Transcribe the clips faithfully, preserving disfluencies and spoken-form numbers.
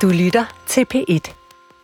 Du lytter til P et.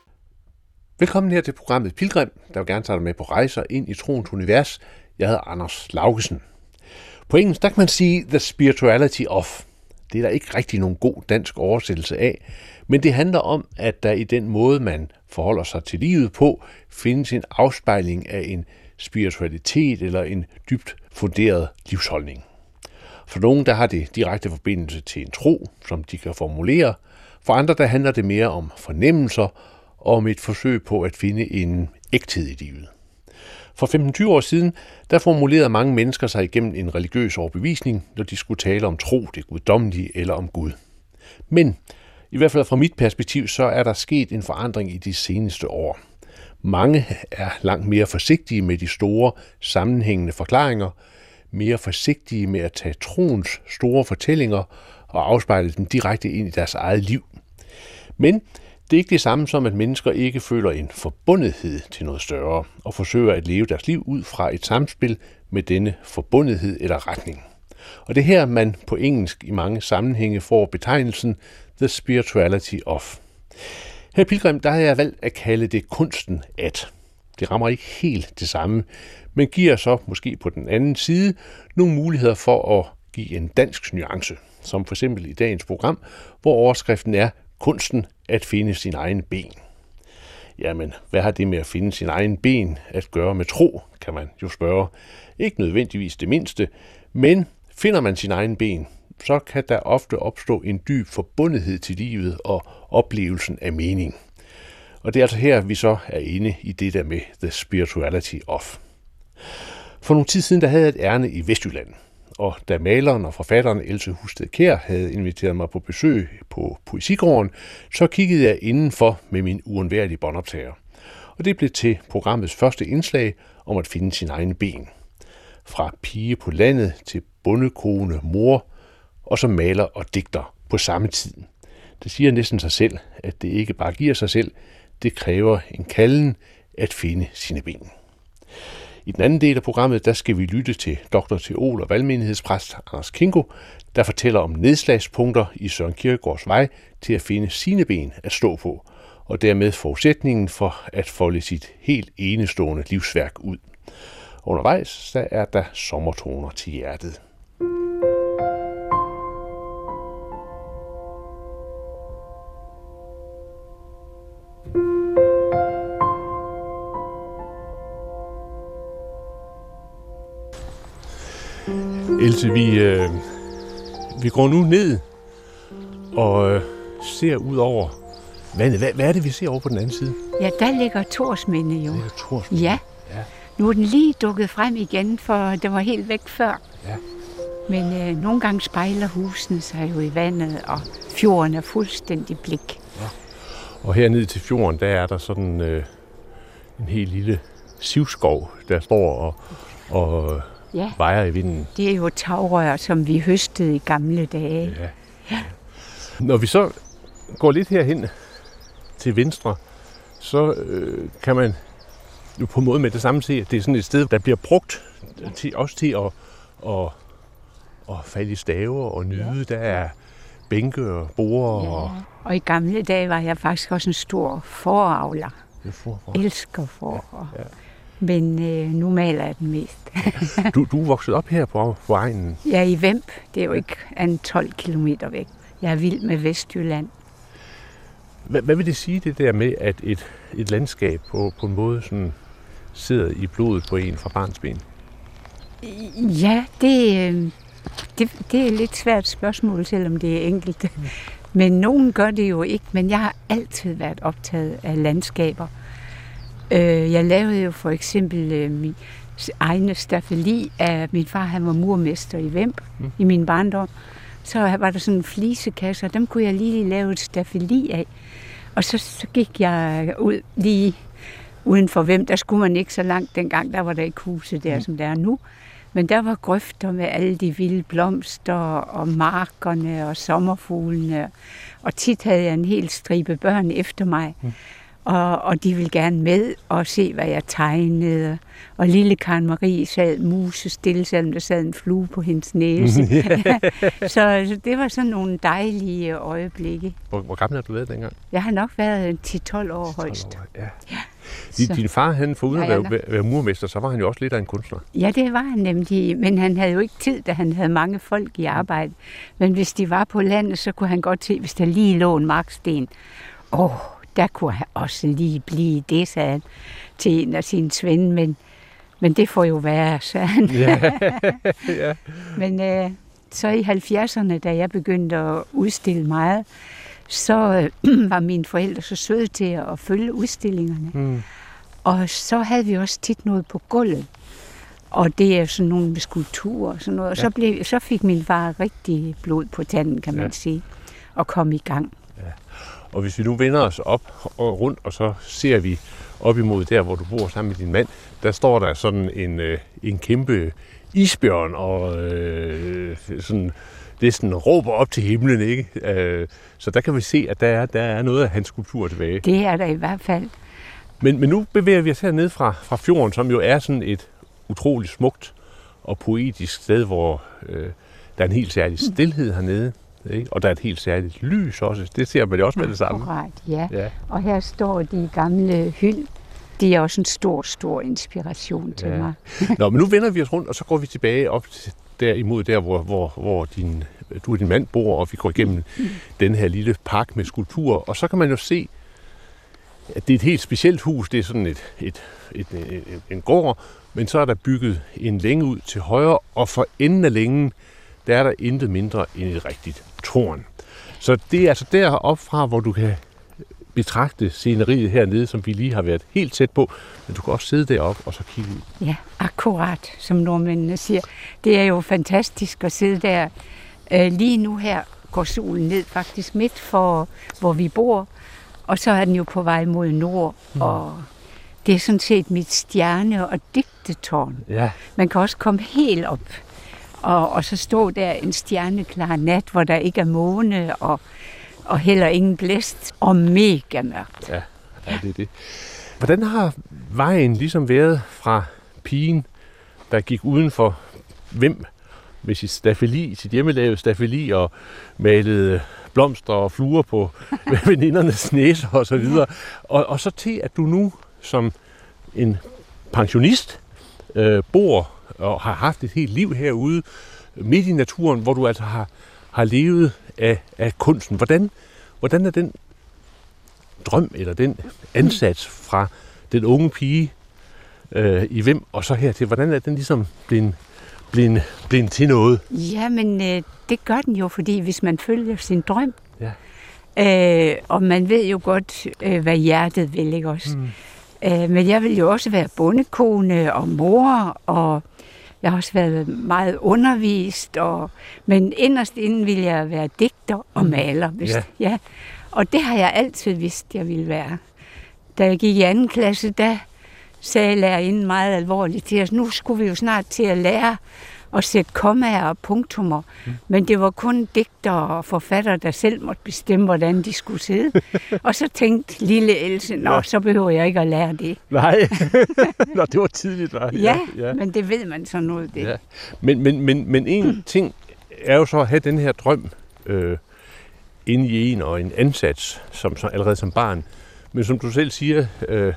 Velkommen her til programmet Pilgrim, der vil gerne tage dig med på rejser ind i troens univers. Jeg hedder Anders Laugesen. På engelsk, der kan man sige The Spirituality of. Det er der ikke rigtig nogen god dansk oversættelse af, men det handler om, at der i den måde, man forholder sig til livet på, findes en afspejling af en spiritualitet eller en dybt funderet livsholdning. For nogle, der har det direkte forbindelse til en tro, som de kan formulere. For andre, der handler det mere om fornemmelser og om et forsøg på at finde en ægthed i livet. For femten til tyve år siden, der formulerede mange mennesker sig igennem en religiøs overbevisning, når de skulle tale om tro, det guddommelige eller om Gud. Men i hvert fald fra mit perspektiv, så er der sket en forandring i de seneste år. Mange er langt mere forsigtige med de store sammenhængende forklaringer, mere forsigtige med at tage troens store fortællinger og afspejle dem direkte ind i deres eget liv. Men det er ikke det samme som, at mennesker ikke føler en forbundethed til noget større og forsøger at leve deres liv ud fra et samspil med denne forbundethed eller retning. Og det er her, man på engelsk i mange sammenhænge får betegnelsen The Spirituality of. Her i Pilgrim, der har jeg valgt at kalde det kunsten at. Det rammer ikke helt det samme, men giver så måske på den anden side nogle muligheder for at give en dansk nuance, som for eksempel i dagens program, hvor overskriften er kunsten at finde sin egen ben. Jamen, hvad har det med at finde sin egen ben at gøre med tro, kan man jo spørge. Ikke nødvendigvis det mindste, men finder man sin egen ben, så kan der ofte opstå en dyb forbundethed til livet og oplevelsen af mening. Og det er altså her, vi så er inde i det der med The Spirituality of. For nogle tid siden, der havde jeg et ærinde i Vestjylland, og da maleren og forfatteren Else Husted Kjær havde inviteret mig på besøg på Poesigården, så kiggede jeg indenfor med min uundværlige båndoptager. Og det blev til programmets første indslag om at finde sin egen ben. Fra pige på landet til bondekone, mor, og så maler og digter på samme tid. Det siger næsten sig selv, at det ikke bare giver sig selv, det kræver en kalden at finde sine ben. I den anden del af programmet, der skal vi lytte til doktor teol og valgmenighedspræst Anders Kingo, der fortæller om nedslagspunkter i Søren Kierkegaards vej til at finde sine ben at stå på, og dermed forudsætningen for at folde sit helt enestående livsværk ud. Undervejs, der er der sommertoner til hjertet. Else, vi, øh, vi går nu ned og øh, ser ud over vandet. Hvad, hvad er det, vi ser over på den anden side? Ja, der ligger Thorsminde jo. Det er Thorsminde. Ja. ja. Nu er den lige dukket frem igen, for den var helt væk før. Ja. Men øh, nogle gange spejler husene sig jo i vandet, og fjorden er fuldstændig blik. Ja. Og hernede til fjorden, der er der sådan øh, en helt lille sivskov, der står og... og Ja, vejer i vinden. Det er jo tagrør, som vi høstede i gamle dage. Ja. Ja. Når vi så går lidt herhen til venstre, så øh, kan man jo på en måde med det samme se, at det er sådan et sted, der bliver brugt til, også til at, at, at falde i staver og nyde. Ja. Der er bænke og borde. Ja. Og... og i gamle dage var jeg faktisk også en stor foravler. Jeg for, elsker får. Ja. Ja. Men øh, nu maler jeg den mest. du, du er vokset op her på, på egnen? Ja, i Vemb. Det er jo ikke en tolv kilometer væk. Jeg er vild med Vestjylland. Hvad, hvad vil det sige, det der med, at et, et landskab på, på en måde sådan sidder i blodet på en fra barnsben? Ja, det, det, det er et lidt svært spørgsmål, selvom det er enkelt. Mm. Men nogen gør det jo ikke, men jeg har altid været optaget af landskaber. Jeg lavede jo for eksempel min egne staffeli af min far, han var murmester i Vemb mm. i min barndom. Så var der sådan en flisekasse, og dem kunne jeg lige lave et staffeli af. Og så, så gik jeg ud lige uden for Vemb. Der skulle man ikke så langt dengang, der var der ikke huse der, mm. som der er nu. Men der var grøfter med alle de vilde blomster og markerne og sommerfuglene. Og tit havde jeg en hel stribe børn efter mig. Mm. Og, og de ville gerne med og se, hvad jeg tegnede. Og lille Karen Marie sad muse stille, selvom der sad en flue på hendes næse. Yeah. så, så det var sådan nogle dejlige øjeblikke. Hvor, hvor gammel har du været dengang? Jeg har nok været ti tolv år højst. År, ja. Ja. Din, din far, han foruden at være, være murmester, så var han jo også lidt af en kunstner. Ja, det var han nemlig, men han havde jo ikke tid, da han havde mange folk i arbejde. Men hvis de var på landet, så kunne han godt se, hvis der lige lå en marksten. Åh, oh, der kunne han også lige blive det, sagde han til en af sine svende, men, men det får jo være, sagde han. Ja. Ja. Men øh, så i halvfjerdserne, da jeg begyndte at udstille meget, så øh, var mine forældre så søde til at følge udstillingerne. Mm. Og så havde vi også tit noget på gulvet. Og det er sådan nogle med skulpturer og sådan noget. Og ja. så, blev, så fik min far rigtig blod på tanden, kan man ja. sige, og kom i gang. Ja. Og hvis vi nu vender os op og rundt, og så ser vi op imod der, hvor du bor sammen med din mand, der står der sådan en, øh, en kæmpe isbjørn, og øh, sådan, det er sådan råber op til himlen, ikke? Øh, så der kan vi se, at der er, der er noget af hans skulptur tilbage. Det er der i hvert fald. Men, men nu bevæger vi os hernede fra, fra fjorden, som jo er sådan et utroligt smukt og poetisk sted, hvor øh, der er en helt særlig stilhed hernede. Ikke? Og der er et helt særligt lys også. Det ser man jo også med det samme. Akkurat, ja. ja. Og her står de gamle hyld. Det er også en stor, stor inspiration til ja. mig. Nå, men nu vender vi os rundt, og så går vi tilbage op der imod der, hvor, hvor, hvor din, du og din mand bor, og vi går igennem mm. den her lille park med skulpturer. Og så kan man jo se, at det er et helt specielt hus. Det er sådan et, et, et, et, en gård, men så er der bygget en længe ud til højre, og for enden af længen, der er der intet mindre end et rigtigt tårn. Så det er altså deroppe fra, hvor du kan betragte sceneriet hernede, som vi lige har været helt tæt på, men du kan også sidde deroppe og så kigge ud. Ja, akkurat, som nordmændene siger. Det er jo fantastisk at sidde der. Lige nu her går solen ned faktisk midt for, hvor vi bor, og så er den jo på vej mod nord, mm. og det er sådan set mit stjerne- og digtetårn. Ja. Man kan også komme helt op, og, og så stå der en stjerneklar nat, hvor der ikke er måne, og, og heller ingen blæst, og mega mørkt. Ja, ja, det er det. Hvordan har vejen ligesom været fra pigen, der gik uden for hvem med sit staffeli, sit hjemmelavede staffeli, og malede blomster og fluer på venindernes næser og så videre, og, og så til, at du nu som en pensionist øh, bor og har haft et helt liv herude midt i naturen, hvor du altså har, har levet af, af kunsten. Hvordan, hvordan er den drøm eller den ansats fra den unge pige øh, i Vem og så hertil, hvordan er den ligesom blevet, blevet, blevet til noget? Ja, men øh, det gør den jo, fordi hvis man følger sin drøm, ja. øh, og man ved jo godt, øh, hvad hjertet vil, ikke også? Mm. Øh, men jeg vil jo også være bondekone og mor, og jeg har også været meget undervist, og, men inderst inden ville jeg være digter og maler. Hvis, ja. Ja. Og det har jeg altid vidst, jeg ville være. Da jeg gik i anden klasse, der sagde lærerinden meget alvorligt til os, nu skulle vi jo snart til at lære at sætte kommaer og punktummer. Mm. Men det var kun digtere og forfattere, der selv måtte bestemme, hvordan de skulle sidde. Og så tænkte lille Else, nå, ja. så behøver jeg ikke at lære det. Nej, nå, det var tidligt, var ja, ja, ja, men det ved man så noget det. Ja. Men, men, men, men en ting er jo så at have den her drøm øh, inde i en og en ansats, som, som, allerede som barn. Men som du selv siger, øh,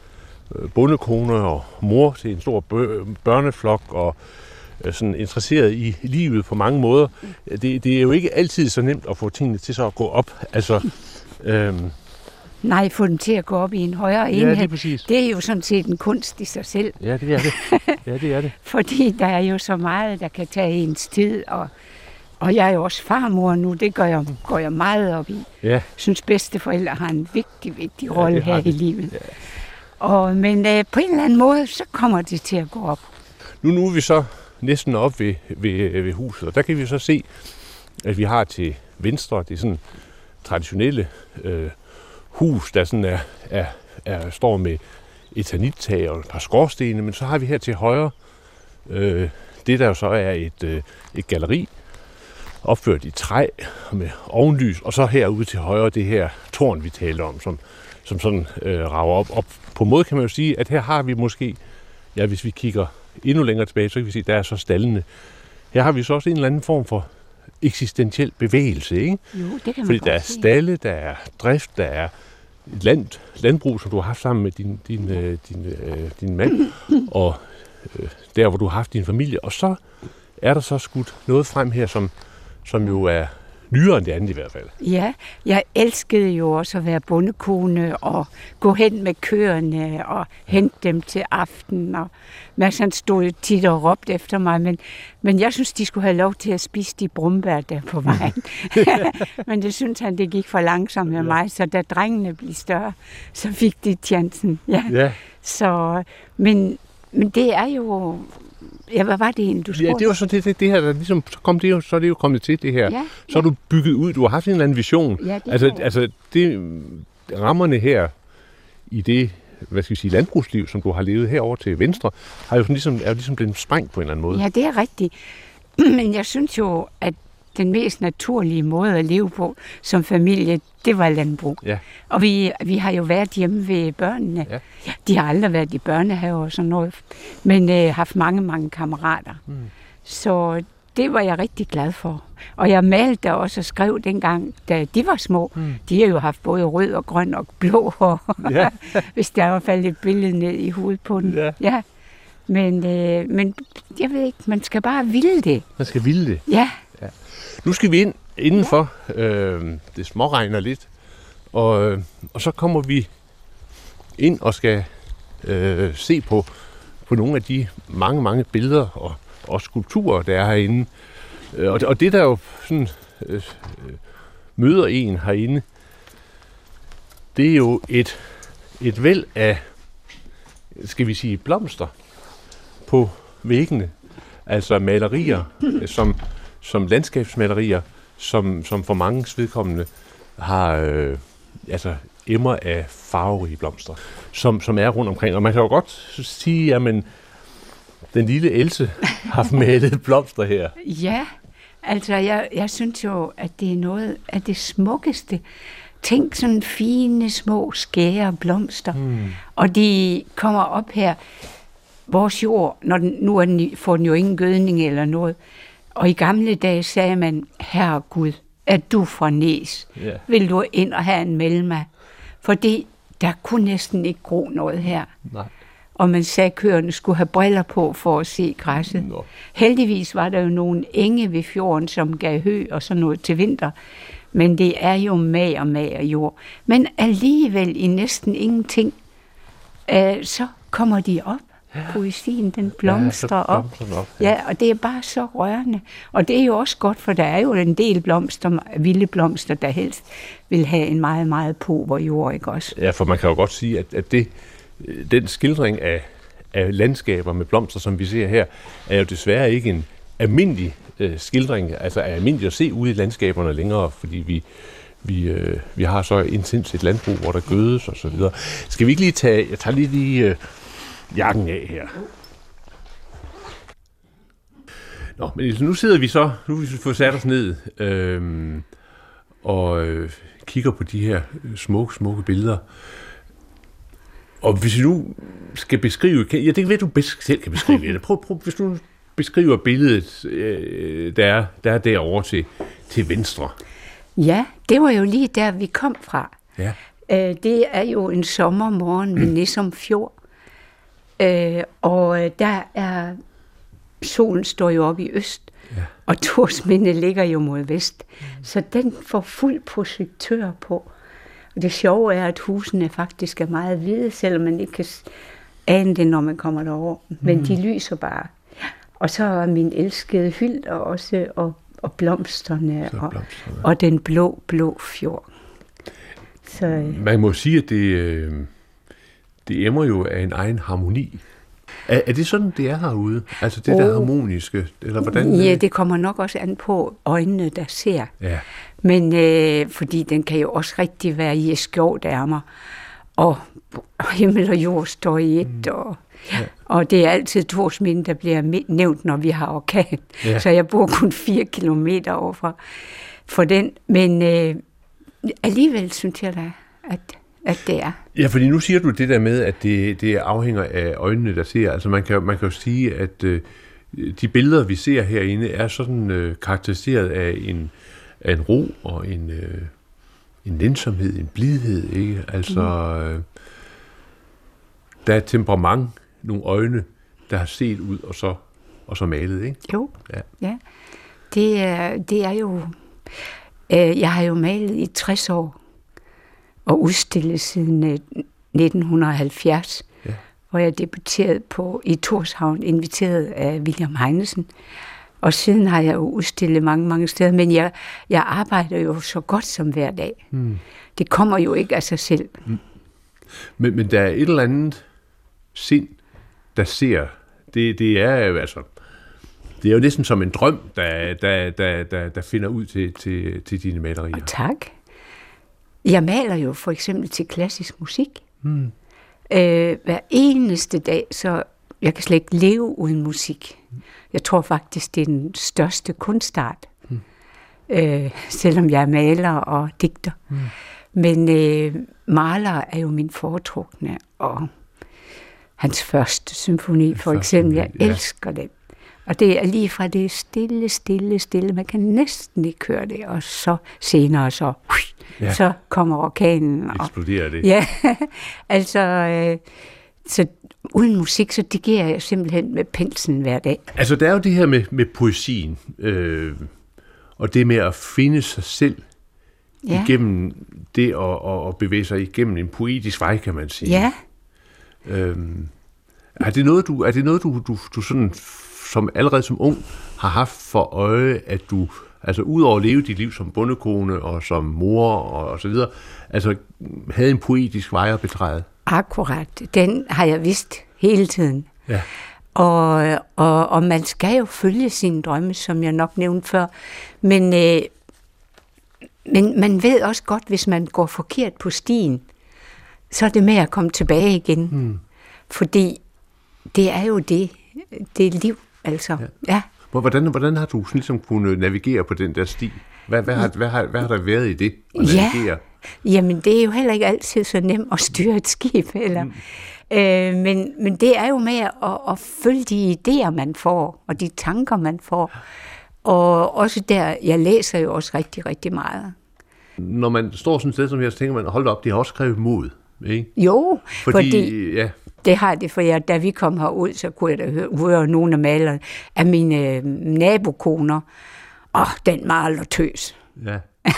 bondekone og mor til en stor børneflok og sådan interesseret i livet på mange måder. Det, det er jo ikke altid så nemt at få tingene til så at gå op. Altså, øhm... Nej, få dem til at gå op i en højere enhed. Ja, det er præcis. Det er jo sådan set en kunst i sig selv. Ja, det er det. Ja, det er det. Fordi der er jo så meget, der kan tage ens tid, og, og jeg er jo også farmor nu, det går jeg, går jeg meget op i. Ja. Jeg synes, bedsteforældre har en vigtig, vigtig rolle ja, her det. i livet. Ja. Og, men øh, på en eller anden måde, så kommer det til at gå op. Nu, nu er vi så næsten op ved, ved, ved huset, og der kan vi så se, at vi har til venstre, det er sådan traditionelle øh, hus, der sådan er, er, er, står med etanittag og et par skorstene, men så har vi her til højre, øh, det der jo så er et, øh, et galleri, opført i træ med ovenlys, og så herude til højre det her tårn, vi talte om, som, som sådan øh, rager op. Og på en måde kan man jo sige, at her har vi måske, ja, hvis vi kigger endnu længere tilbage, så kan vi sige, at der er så stallene. Her har vi så også en eller anden form for eksistentiel bevægelse, ikke? Jo, det kan man Fordi godt der er se. stalle, der er drift, der er et land, landbrug, som du har haft sammen med din, din, øh, din, øh, din mand, og øh, der, hvor du har haft din familie. Og så er der så skudt noget frem her, som, som jo er nyere end det andet i hvert fald. Ja, jeg elskede jo også at være bondekone og gå hen med køerne og hente dem til aften. Og Mads han stod tit og råbte efter mig, men, men jeg synes, de skulle have lov til at spise de brumbær der på vejen. Men det synes han, det gik for langsomt med ja. mig, så da drengene blev større, så fik de chancen. Ja. Ja. Så, men, men det er jo... Ja, hvad var det egentlig, du spurgte? Ja, det var så det, det, det her, der ligesom, så, kom det jo, så er det jo kommet til det her. Ja, så er ja. du bygget ud, du har haft en eller anden vision. Ja, det altså, har jeg. altså det, rammerne her i det, hvad skal vi sige, landbrugsliv, som du har levet herover til venstre, har jo sådan ligesom, er jo ligesom blevet sprængt på en eller anden måde. Ja, det er rigtigt. Men jeg synes jo, at den mest naturlige måde at leve på som familie, det var landbrug. Ja. Og vi, vi har jo været hjemme ved børnene. Ja. De har aldrig været i børnehave og sådan noget, men øh, haft mange, mange kammerater. Mm. Så det var jeg rigtig glad for. Og jeg malte også og skrev dengang, da de var små. Mm. De har jo haft både rød og grøn og blå hår, Ja. hvis der var faldet et billede ned i hovedet på den. Ja. Ja. Men, øh, men jeg ved ikke, man skal bare ville det. Man skal ville det. Ja. Ja. Nu skal vi ind indenfor. Ja. Øh, det småregner lidt. Og, øh, og så kommer vi ind og skal øh, se på, på nogle af de mange, mange billeder og, og skulpturer, der er herinde. Øh, og, og det, der jo sådan, øh, møder en herinde, det er jo et, et væld af, skal vi sige, blomster på væggene. Altså malerier, som, som landskabsmalerier, som, som for manges vedkommende har øh, altså emmer af farverige blomster, som, som er rundt omkring. Og man kan jo godt sige, at den lille Else har malet blomster her. Ja, altså jeg, jeg synes jo, at det er noget af det smukkeste. Tænk sådan fine, små, skære blomster. Mm. Og de kommer op her. Vores jord, når den, nu er den, får den jo ingen gødning eller noget. Og i gamle dage sagde man, Herre Gud, er du fra Næs? Yeah. Vil du ind og have en melma? Fordi der kunne næsten ikke gro noget her. Nej. Og man sagde, at køerne skulle have briller på for at se græsset. No. Heldigvis var der jo nogle enge ved fjorden, som gav hø og sådan noget til vinter. Men det er jo mager, mager jord. Men alligevel i næsten ingenting, øh, så kommer de op. Poesien, den blomstrer ja, op. op ja. ja, og det er bare så rørende. Og det er jo også godt, for der er jo en del blomster, vilde blomster, der helst vil have en meget, meget pover jord, ikke også? Ja, for man kan jo godt sige, at, at det, den skildring af, af landskaber med blomster, som vi ser her, er jo desværre ikke en almindelig øh, skildring, altså er almindelig at se ude i landskaberne længere, fordi vi Vi, øh, vi har så intensivt et landbrug, hvor der gødes og så videre. Skal vi ikke lige tage, jeg tager lige lige øh, jakken af her. Nå, men nu sidder vi så, nu vil vi få sat os ned øh, og øh, kigger på de her smukke, smukke billeder. Og hvis vi nu skal beskrive, ja, det ved du bedst selv kan beskrive det. Prøv, prøv, hvis du beskriver billedet, øh, der, er, der er derovre til, til venstre. Ja, det var jo lige der, vi kom fra. Ja. Øh, det er jo en sommermorgen ved Nissum Fjord. Øh, og der er, solen står jo op i øst, ja. Og Thorsminde ligger jo mod vest. Mm. Så den får fuld projektør på. Og det sjove er, at husene faktisk er meget hvide, selvom man ikke kan ane det, når man kommer derover. Men mm. de lyser bare. Og så er min elskede Hylder også, og og blomsterne, og, blomsterne. Og den blå, blå fjord. Så, man må sige, at det, det emmer jo af en egen harmoni. Er, er det sådan, det er herude? Altså det oh, der harmoniske? Eller hvordan? Ja, det kommer nok også an på øjnene, der ser. Ja. Men øh, fordi den kan jo også rigtig være i skjovdærmer, og, og himmel og jord står i et, mm. og Ja. Og det er altid Thorsminde, der bliver nævnt, når vi har orkan. Ja. Så jeg bor kun fire kilometer overfra for den. Men, øh, alligevel synes jeg da, at, at det er. Ja, fordi nu siger du det der med, at det, det afhænger af øjnene, der ser. Altså man kan, man kan jo sige, at øh, de billeder, vi ser herinde, er sådan øh, karakteriseret af en, af en ro og en, øh, en nænsomhed, en blidhed, ikke? Altså, øh, der er temperament, nogle øjne, der har set ud og så, og så malet, ikke? Jo, ja. ja. Det, er, det er jo... Øh, jeg har jo malet i tres år, og udstillet siden nitten halvfjerds, ja. Hvor jeg debuterede på, i Torshavn, inviteret af William Heinesen. Og siden har jeg jo udstillet mange, mange steder, men jeg, jeg arbejder jo så godt som hver dag. Hmm. Det kommer jo ikke af sig selv. Hmm. Men, men der er et eller andet sind, der ser. Det, det er jo altså... Det er jo næsten som en drøm, der, der, der, der, der finder ud til, til, til dine malerier. Og tak. Jeg maler jo for eksempel til klassisk musik. Hmm. Øh, hver eneste dag, så jeg kan slet ikke leve uden musik. Jeg tror faktisk, det er den største kunstart. Hmm. Øh, selvom jeg er maler og digter. Hmm. Men øh, Mahler er jo min foretrukne, og hans første symfoni for eksempel, jeg ja. elsker den. Og det er lige fra det stille, stille, stille. Man kan næsten ikke høre det, og så senere så, ja. så kommer orkanen. Og, eksploderer det. Ja, altså, øh, så uden musik, så digerer jeg simpelthen med penslen hver dag. Altså, der er jo det her med, med poesien, øh, og det med at finde sig selv ja. igennem det at, at bevæge sig igennem en poetisk vej, kan man sige. Ja. Øhm, er det noget, du, er det noget, du, du, du sådan... som allerede som ung har haft for øje, at du, altså udover at leve dit liv som bondekone og som mor og, og så videre, altså havde en poetisk vej at betræde? Akkurat. Den har jeg vidst hele tiden. Ja. Og, og, og man skal jo følge sine drømme, som jeg nok nævnte før. Men, øh, men man ved også godt, hvis man går forkert på stien, så er det med at komme tilbage igen. Hmm. Fordi det er jo det, det er liv. Altså, ja. ja. Hvordan, hvordan har du ligesom kunnet navigere på den der sti? Hvad, hvad, har, hvad, har, hvad har der været i det at navigere? Ja. Jamen, det er jo heller ikke altid så nemt at styre et skib. Eller. Mm. Øh, men, men det er jo med at, at følge de idéer, man får, og de tanker, man får. Og også der, jeg læser jo også rigtig, rigtig meget. Når man står sådan et sted som her, så tænker man, hold op, de har også skrevet mod, ikke? Jo, fordi... fordi ja. Det har det, for jeg, da vi kom herud, så kunne jeg da høre, høre nogle af malerne af mine øh, nabokoner. Åh, oh, den maler tøs. Ja.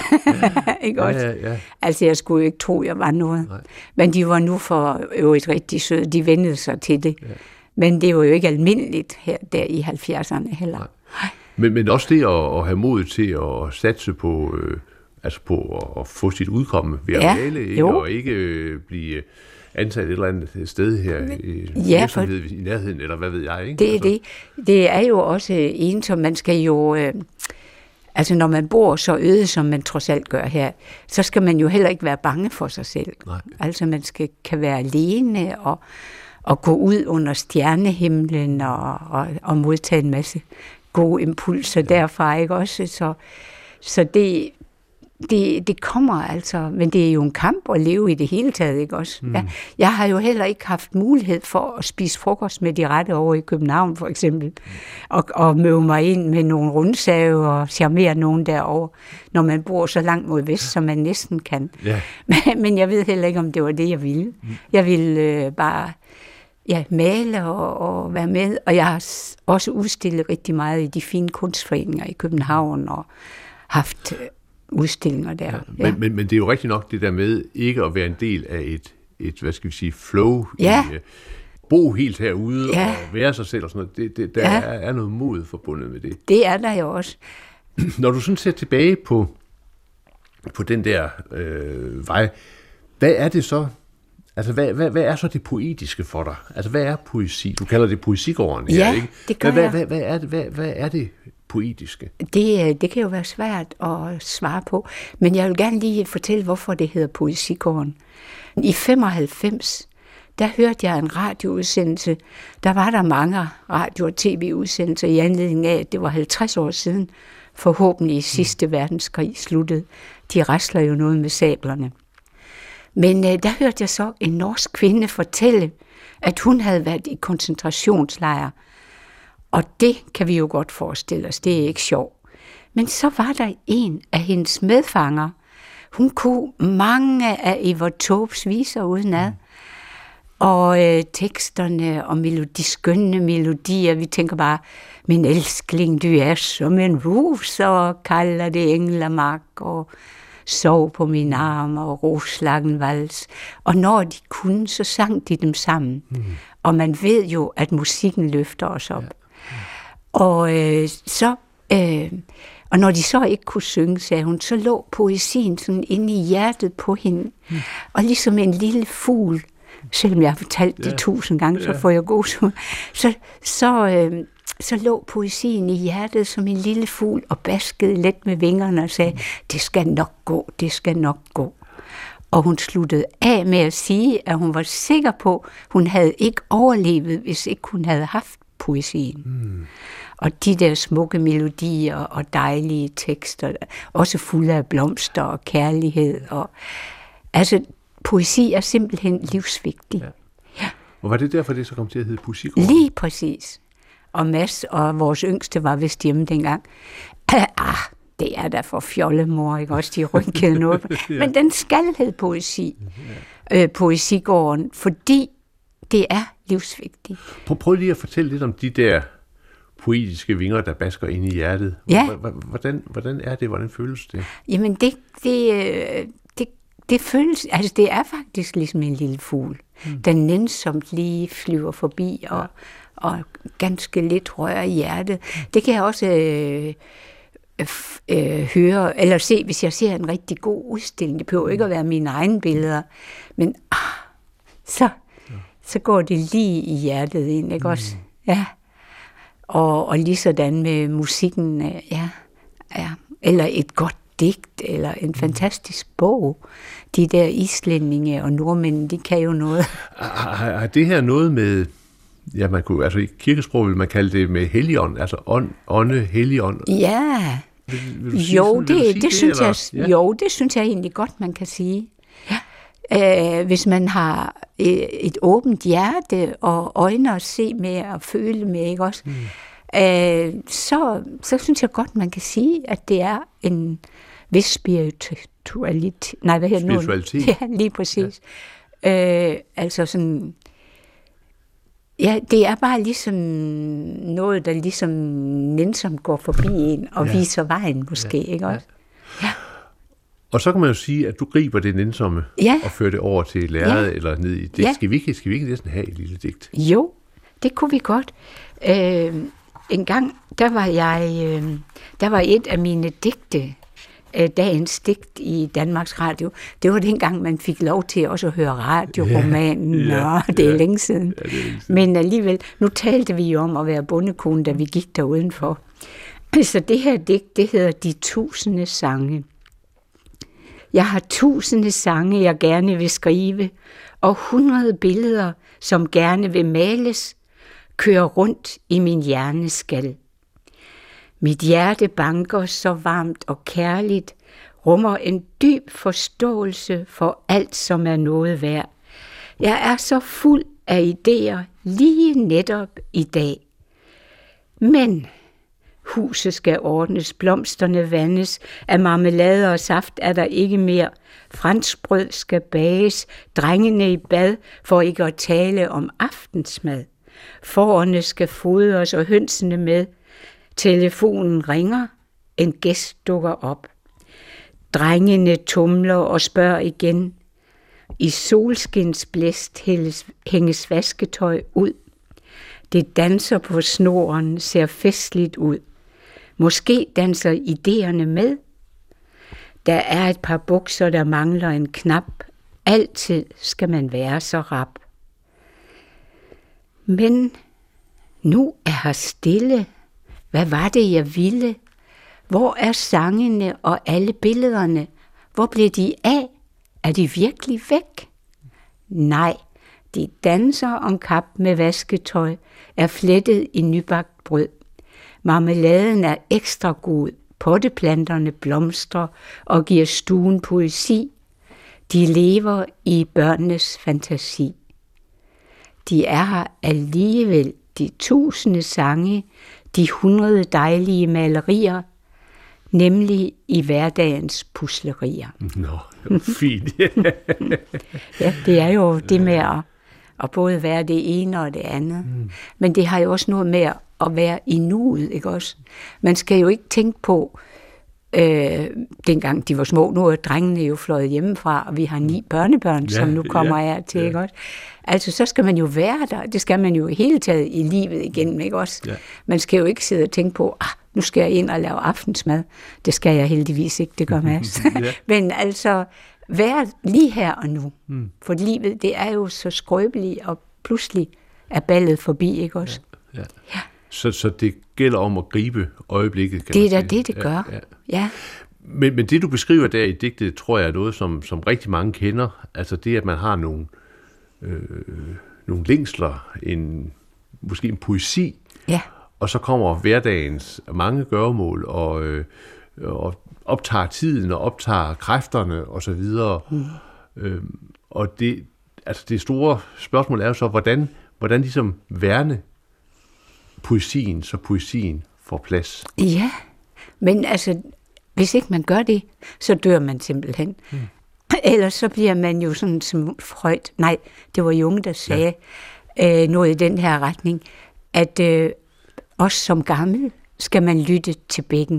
ikke også? Ja, ja, ja. Altså, jeg skulle jo ikke tro, jeg var noget. Nej. Men de var nu for øvrigt rigtig søde. De vendede sig til det. Ja. Men det var jo ikke almindeligt her der i halvfjerdserne heller. Nej. Men, men også det at, at have mod til at satse på, øh, altså på at, at få sit udkomme ved ja, at male, ikke? Og ikke øh, blive... ansat et eller andet sted her i ja, virksomhed i nærheden, eller hvad ved jeg, ikke? Det er altså. det. Det er jo også ensomt. Man skal jo... Øh, altså, når man bor så øde, som man trods alt gør her, så skal man jo heller ikke være bange for sig selv. Nej. Altså, man skal, kan være alene og, og gå ud under stjernehimlen og, og, og modtage en masse gode impulser ja. derfra, ikke også? Så, så det... Det, det kommer altså, men det er jo en kamp at leve i det hele taget, ikke også? Mm. Ja, jeg har jo heller ikke haft mulighed for at spise frokost med de rette over i København, for eksempel, og, og møve mig ind med nogle rundsave og charmere nogen derovre, når man bor så langt mod vest, som man næsten kan. Yeah. Men, men jeg ved heller ikke, om det var det, jeg ville. Mm. Jeg ville øh, bare ja, male og, og være med, og jeg har også udstillet rigtig meget i de fine kunstforeninger i København, og haft... udstillinger der. Ja, men, ja. men, men det er jo rigtigt nok det der med ikke at være en del af et, et hvad skal vi sige, flow, ja. i, uh, bo helt herude ja. og være sig selv og sådan noget. Det, det, der ja. er, er noget mod forbundet med det. Det er der jo også. Når du sådan ser tilbage på, på den der øh, vej, hvad er det så, altså hvad, hvad, hvad er så det poetiske for dig? Altså hvad er poesi? Du kalder det poesigården her, ja, ikke? det gør hvad, jeg. Hvad, hvad, hvad, er det, hvad, hvad er det poetiske? Det, det kan jo være svært at svare på, men jeg vil gerne lige fortælle, hvorfor det hedder Poesigården. I femoghalvfems, der hørte jeg en radioudsendelse. Der var der mange radio- og tv-udsendelser i anledning af, at det var halvtreds år siden forhåbentlig i sidste verdenskrig sluttede. De rasler jo noget med sablerne. Men øh, der hørte jeg så en norsk kvinde fortælle, at hun havde været i koncentrationslejre. Og det kan vi jo godt forestille os, det er ikke sjovt. Men så var der en af hendes medfanger. Hun kunne mange af Evert Taubes viser udenad. Og øh, teksterne og melodi, skønne melodier, vi tænker bare, min elskling, du er som en rus, og kalder det englemark, og sov på min arm, og roslagen vals. Og når de kunne, så sang de dem sammen. Mm. Og man ved jo, at musikken løfter os op. Ja. Ja. Og øh, så... Øh, Og når de så ikke kunne synge, sagde hun, så lå poesien sådan inde i hjertet på hende. Mm. Og ligesom en lille fugl, selvom jeg har fortalt det yeah. tusind gange, så yeah. får jeg gåsehud, så, så, øh, så lå poesien i hjertet som en lille fugl og baskede let med vingerne og sagde, mm. det skal nok gå, det skal nok gå. Og hun sluttede af med at sige, at hun var sikker på, at hun havde ikke overlevet, hvis ikke hun havde haft poesien. Mm. Og de der smukke melodier og dejlige tekster, også fulde af blomster og kærlighed. Og, altså, poesi er simpelthen livsvigtig. Ja. Ja. Og var det derfor, det så kom til at hedde Poesigården? Lige præcis. Og Mads og vores yngste var vist hjemme dengang. Ah, det er da for fjollemor, ikke også? De rynkede noget. Ja. Men den skal hedde poesi. Ja. Øh, Poesigården, fordi det er livsvigtigt. Prøv, prøv lige at fortælle lidt om de der poetiske vinger, der basker ind i hjertet. Ja. Hvordan, hvordan er det? Hvordan føles det? Jamen, det, det, det, det føles... Altså, det er faktisk ligesom en lille fugl, hmm. der nænsomt lige flyver forbi og, ja. og ganske lidt rører i hjertet. Det kan jeg også øh, øh, høre, eller se, hvis jeg ser en rigtig god udstilling. Det behøver ikke at være mine egne billeder, men ah, så, ja. så går det lige i hjertet ind, ikke hmm. også? Ja. Og, og lige sådan med musikken, ja, ja, eller et godt digt, eller en fantastisk bog. De der islændinge og nordmænd, de kan jo noget. Har, har det her noget med, ja, man kunne, altså i kirkesprog vil man kalde det med helligånd, altså ånd, ånde, helligånd? Ja, vil, vil du sige, jo, sådan, det, det, det synes jeg, ja? jo, det synes jeg egentlig godt, man kan sige. Ja. Øh, hvis man har et, et åbent hjerte og øjne at se med og føle med, ikke også? Mm. Øh, så, så synes jeg godt, man kan sige, at det er en vis spiritualitet. Nej, hvad hedder det nu? Spiritualitet? Ja, lige præcis. Ja. Øh, altså sådan... Ja, det er bare ligesom noget, der ligesom nænsomt går forbi en og ja. viser vejen måske, ja. ikke også? Ja. Og så kan man jo sige, at du griber det nænsomme ja. og fører det over til lærred ja. eller ned i digt. Ja. Skal vi ikke, skal vi ikke næsten have et lille digt? Jo, det kunne vi godt. Øh, en gang, der var jeg, øh, der var et af mine digte, øh, dagens digt i Danmarks Radio. Det var dengang, man fik lov til også at høre radioromanen, ja, ja, og det er, ja, længe siden. Ja, det er længe siden. Men alligevel, nu talte vi jo om at være bondekone, da vi gik der udenfor. Så det her digt, det hedder De tusinde sange. Jeg har tusinde sange, jeg gerne vil skrive, og hundrede billeder, som gerne vil males, kører rundt i min hjerneskal. Mit hjerte banker så varmt og kærligt, rummer en dyb forståelse for alt, som er noget værd. Jeg er så fuld af idéer lige netop i dag. Men huset skal ordnes, blomsterne vandes, af marmelade og saft er der ikke mere. Franskbrød skal bages, drengene i bad, for ikke at tale om aftensmad. Fårene skal fodres og hønsene med. Telefonen ringer, en gæst dukker op. Drengene tumler og spørger igen. I solskinsblæst hænges vasketøj ud. Det danser på snoren, ser festligt ud. Måske danser idéerne med. Der er et par bukser, der mangler en knap. Altid skal man være så rap. Men nu er her stille. Hvad var det, jeg ville? Hvor er sangene og alle billederne? Hvor blev de af? Er de virkelig væk? Nej, de danser om kap med vasketøj, er flettet i nybagt brød. Marmeladen er ekstra god, Potteplanterne blomstrer og giver stuen poesi. De lever i børnenes fantasi. De er her alligevel, de tusinde sange, de hundrede dejlige malerier, nemlig i hverdagens puslerier. Nå, fint. Ja, det er jo det med at, at både være det ene og det andet. Mm. Men det har jo også noget med at være i nuet, ikke også? Man skal jo ikke tænke på, øh, dengang de var små, nu er drengene jo fløjet hjemmefra, og vi har ni børnebørn, ja, som nu kommer ja, her til, ja. Ikke også? Altså, så skal man jo være der. Det skal man jo i hele taget i livet igen, ikke også? Ja. Man skal jo ikke sidde og tænke på, ah, nu skal jeg ind og lave aftensmad. Det skal jeg heldigvis ikke, det gør Mads. Ja. Men altså, være lige her og nu. Mm. For livet, det er jo så skrøbeligt, og pludselig er ballet forbi, ikke også? Ja. Ja. Ja. Så, så det gælder om at gribe øjeblikket, kan det man sige. Det er da det, det gør. Ja. Ja. Ja. Men, men det, du beskriver der i digtet, tror jeg er noget, som, som rigtig mange kender. Altså det, at man har nogle, øh, nogle længsler, en, måske en poesi, ja. Og så kommer hverdagens mange gøremål og, øh, og optager tiden og optager kræfterne og så videre. Mm. Øh, og det, altså det store spørgsmål er jo så, hvordan, hvordan ligesom værne poesien, så poesien får plads. Ja, men altså, hvis ikke man gør det, så dør man simpelthen. Mm. Ellers så bliver man jo sådan som Freud, nej, det var Jung, der sagde ja. øh, noget i den her retning, at øh, også som gammel skal man lytte til bækken.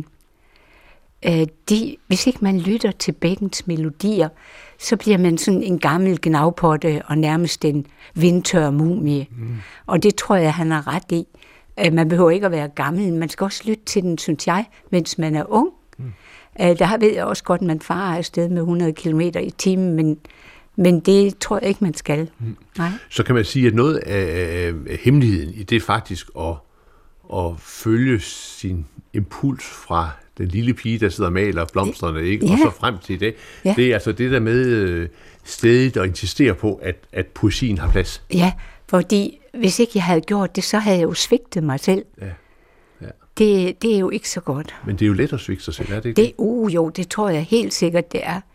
Øh, de, hvis ikke man lytter til bækkens melodier, så bliver man sådan en gammel gnavpotte og nærmest en vindtør mumie. Mm. Og det tror jeg, han har ret i. Øh, man behøver ikke at være gammel, man skal også lytte til den, synes jeg, mens man er ung. Mm. Øh, der ved jeg også godt, at man farer afsted med hundrede kilometer i timen, men, men det tror jeg ikke, man skal. Mm. Nej. Så kan man sige, at noget af, af hemmeligheden i det faktisk at at følge sin impuls fra den lille pige, der sidder og maler blomsterne, ikke? Ja. Og så frem til det. Ja. Det er altså det der med stedet og insistere på, at, at poesien har plads. Ja, fordi hvis ikke jeg havde gjort det, så havde jeg jo svigtet mig selv. Ja. Ja. Det, det er jo ikke så godt. Men det er jo let at svigte sig selv, er det ikke? Det, uh, jo, det tror jeg helt sikkert, det er.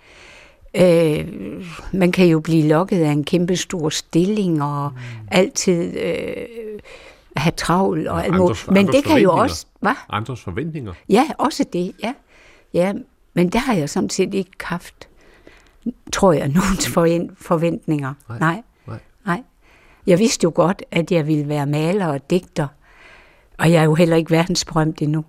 Øh, man kan jo blive lokket af en kæmpe stor stilling, og mm. altid Øh, have travlt og alt muligt. Men det kan jo også... Hvad? Andres forventninger. Ja, også det, ja. Ja, men der har jeg samtidig ikke haft, tror jeg, nogens forventninger. Nej. Nej. Nej. Nej. Jeg vidste jo godt, at jeg ville være maler og digter, og jeg er jo heller ikke verdensberømt endnu.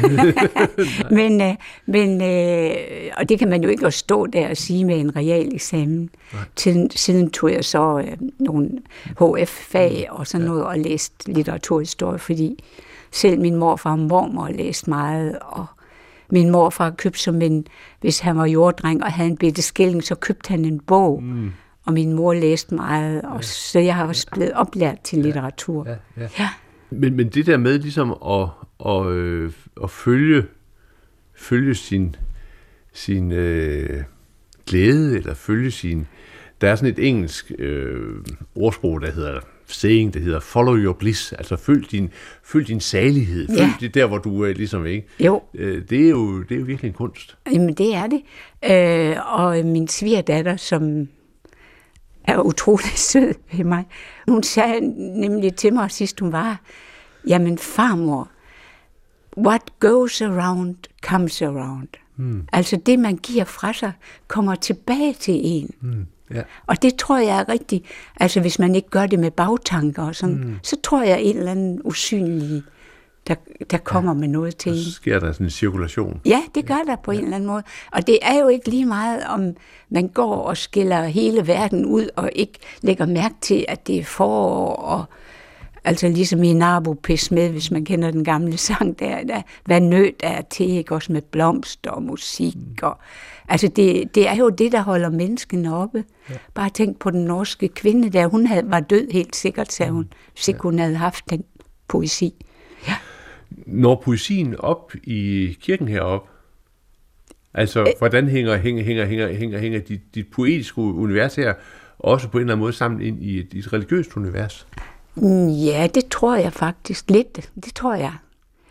men, øh, men øh, og det kan man jo ikke stå der og sige med en real eksamen. Siden, siden tog jeg så øh, nogle H F-fag og sådan noget, og læste litteraturhistorie, fordi selv min morfar og mormor læste meget, og min morfar købte som en, hvis han var jorddreng og havde en bitte skilling, så købte han en bog, mm. og min mor læste meget, og ja. Så jeg har også blevet oplært til litteratur. Ja, ja. Ja. Men, men det der med ligesom at, at, øh, at følge, følge sin, sin øh, glæde, eller følge sin... Der er sådan et engelsk øh, ordsprog, der hedder saying, der hedder follow your bliss, altså følg din, følg din salighed, følg ja. Det der, hvor du er ligesom, ikke? Jo. Øh, det, er jo, det er jo virkelig en kunst. Jamen, det er det. Øh, og min svigerdatter, som er utrolig sød ved mig. Hun sagde nemlig til mig sidst hun var, jamen farmor, what goes around comes around. Hmm. Altså det, man giver fra sig, kommer tilbage til en. Hmm. Yeah. Og det tror jeg er rigtigt. Altså hvis man ikke gør det med bagtanker og sådan, hmm. så tror jeg en eller anden usynlig, der, der kommer ja. Med noget til en. Så sker der sådan en cirkulation. Ja, det gør der på ja. En eller anden måde. Og det er jo ikke lige meget, om man går og skiller hele verden ud, og ikke lægger mærke til, at det er forår, og altså ligesom i Nabo Pis med, hvis man kender den gamle sang der, der hvad nød er til, ikke også med blomster og musik. Og, altså det, det er jo det, der holder menneskene oppe. Ja. Bare tænk på den norske kvinde der, hun havde, var død helt sikkert, sagde hun, hvis ikke ja. Hun havde haft den poesi. Ja. Når poesien op i kirken heroppe, altså Æ, hvordan hænger, hænger, hænger, hænger, hænger, hænger dit, dit poetiske univers her også på en eller anden måde sammen ind i et, et religiøst univers? Ja, det tror jeg faktisk lidt. Det tror jeg.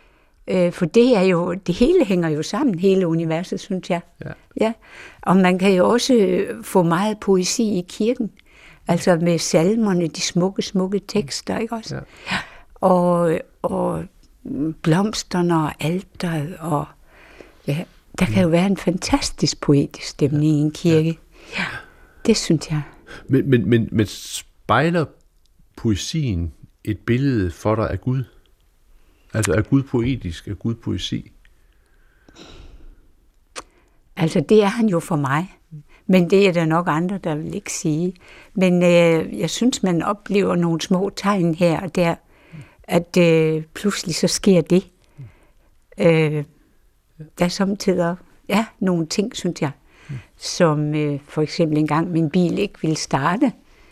Øh, for det er jo, det hele hænger jo sammen, hele universet, synes jeg. Ja. Ja. Og man kan jo også få meget poesi i kirken. Altså med salmerne, de smukke, smukke tekster, ikke også? Ja. Og, og blomsterne og alteret, og ja, der kan jo være en fantastisk poetisk stemning ja. i en kirke. Ja, det synes jeg. Men, men, men, men spejler poesien et billede for dig af Gud? Altså er Gud poetisk, er Gud poesi? Altså det er han jo for mig. Men det er der nok andre, der vil ikke sige. Men øh, jeg synes, man oplever nogle små tegn her og der, at øh, pludselig så sker det. Øh, der er samtidig ja, nogle ting, synes jeg, som øh, for eksempel en gang min bil ikke ville starte,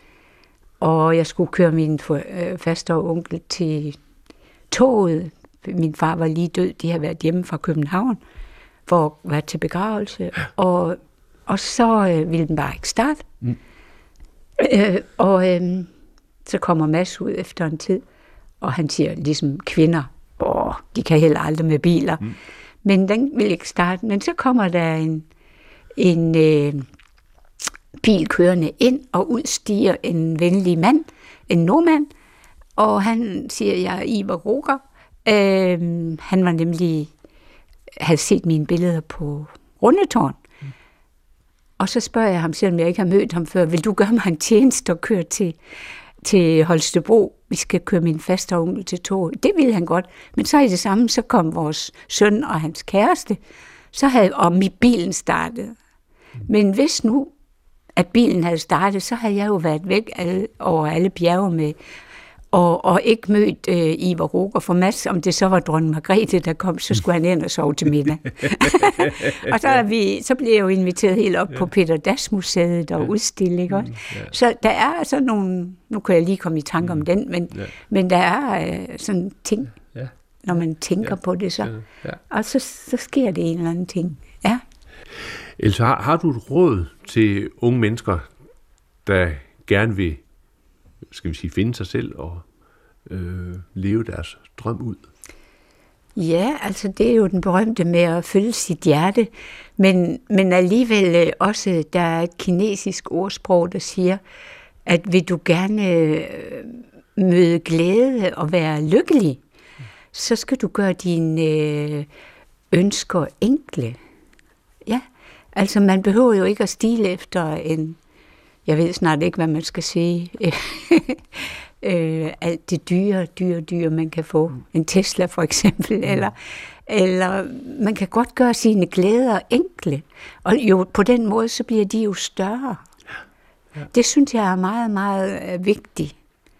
og jeg skulle køre min for, øh, faste og onkel til toget. Min far var lige død, de havde været hjemme fra København for at være til begravelse, og, og så øh, ville den bare ikke starte. Mm. Øh, og øh, så kommer Mads ud efter en tid, og han siger, ligesom kvinder, åh, de kan heller aldrig med biler. Mm. Men den vil ikke starte. Men så kommer der en, en øh, bil kørende ind, og ud stiger en venlig mand, en nordmand, og han siger, jeg er Ivar Roger. Øh, han var nemlig, havde set mine billeder på Rundetårn. Mm. Og så spørger jeg ham, selvom jeg ikke har mødt ham før, vil du gøre mig en tjeneste og køre til, til Holstebro? Vi skal køre min faste onkel til toget. Det ville han godt. Men så i det samme, så kom vores søn og hans kæreste, så havde, og mit bilen startet. Mm. Men hvis nu, at bilen havde startet, så havde jeg jo været væk alle, over alle bjerge med, og, og ikke mødt øh, Ivar Roger for Mads. Om det så var dronning Margrethe, der kom, så skulle han ind og sove til middag. Og så, er vi, så blev jeg jo inviteret helt op ja. på Peter Dass Museet og ja. udstillet, ikke også? Ja. Så der er sådan nogle, nu kan jeg lige komme i tanke om den, men, ja. men der er øh, sådan ting, ja. når man tænker ja. på det så. Ja. Og så, så sker det en eller anden ting. Ja. Else, har, har du et råd til unge mennesker, der gerne vil, skal vi sige, finde sig selv og øh, leve deres drøm ud? Ja, altså det er jo den berømte med at følge sit hjerte, men, men alligevel også, der er et kinesisk ordsprog, der siger, at vil du gerne møde glæde og være lykkelig, så skal du gøre dine ønsker enkle. Ja, altså man behøver jo ikke at stile efter en, jeg ved snart ikke, hvad man skal sige, øh, alt det dyre, dyre, dyre, man kan få. En Tesla for eksempel, mm. eller, eller man kan godt gøre sine glæder enkle. Og jo på den måde, så bliver de jo større. Ja. Det synes jeg er meget, meget øh, vigtigt.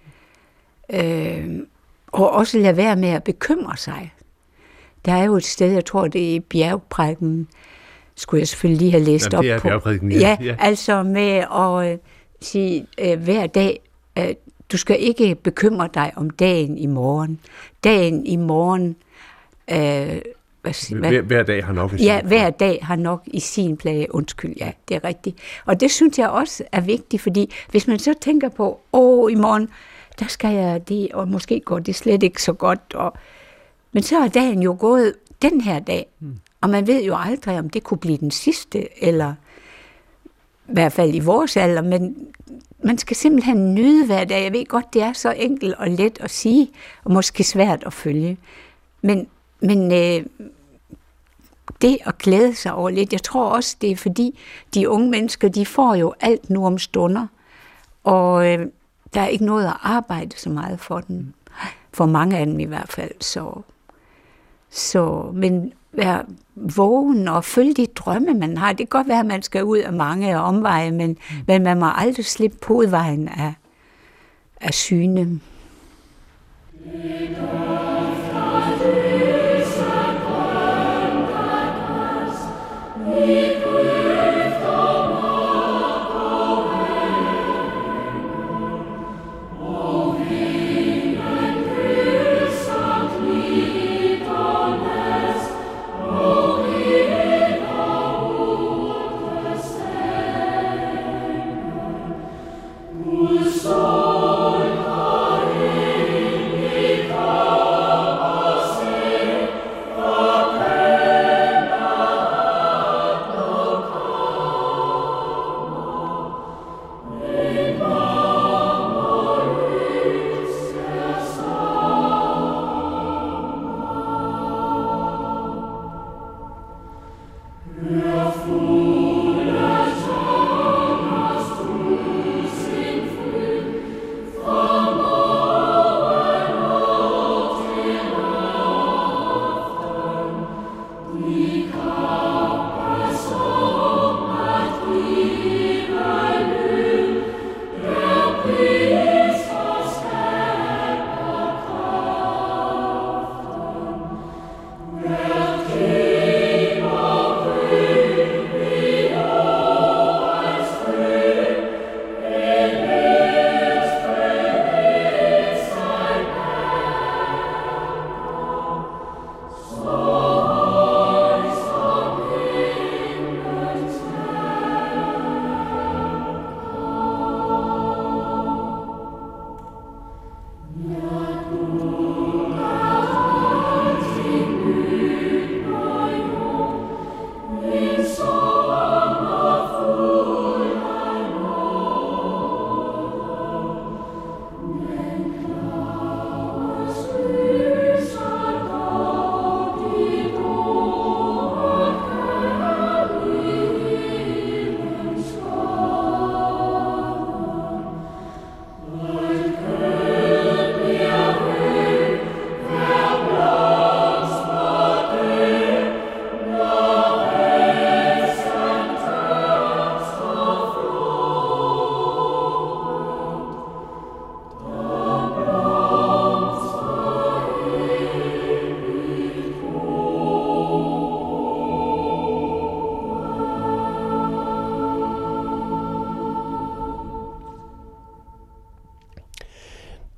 Øh, og også lade være med at bekymre sig. Der er jo et sted, jeg tror, det er i bjergprædiken, skulle jeg selvfølgelig lige have læst Jamen, op på. Ja, ja, ja, altså med at øh, sige øh, hver dag, øh, du skal ikke bekymre dig om dagen i morgen. Dagen i morgen, øh, hvad, hver, hver dag har nok i sin Ja, hver dag har nok i sin plage. Undskyld, ja, det er rigtigt. Og det synes jeg også er vigtigt, fordi hvis man så tænker på, åh, i morgen, der skal jeg det, og måske går det slet ikke så godt. Og, men så er dagen jo gået den her dag, hmm. og man ved jo aldrig, om det kunne blive den sidste, eller i hvert fald i vores alder, men man skal simpelthen nyde hver dag. Jeg ved godt, det er så enkelt og let at sige, og måske svært at følge. Men, men øh, det at glæde sig over lidt, jeg tror også, det er fordi, de unge mennesker, de får jo alt nu om stunder, og øh, der er ikke noget at arbejde så meget for dem. For mange af dem i hvert fald. Så, så, men være vågen og følge de drømme, man har. Det kan godt være, at man skal ud af mange omveje, men, mm. men man må aldrig slippe på udvejen af, af syne. Sol, Karin, Ika,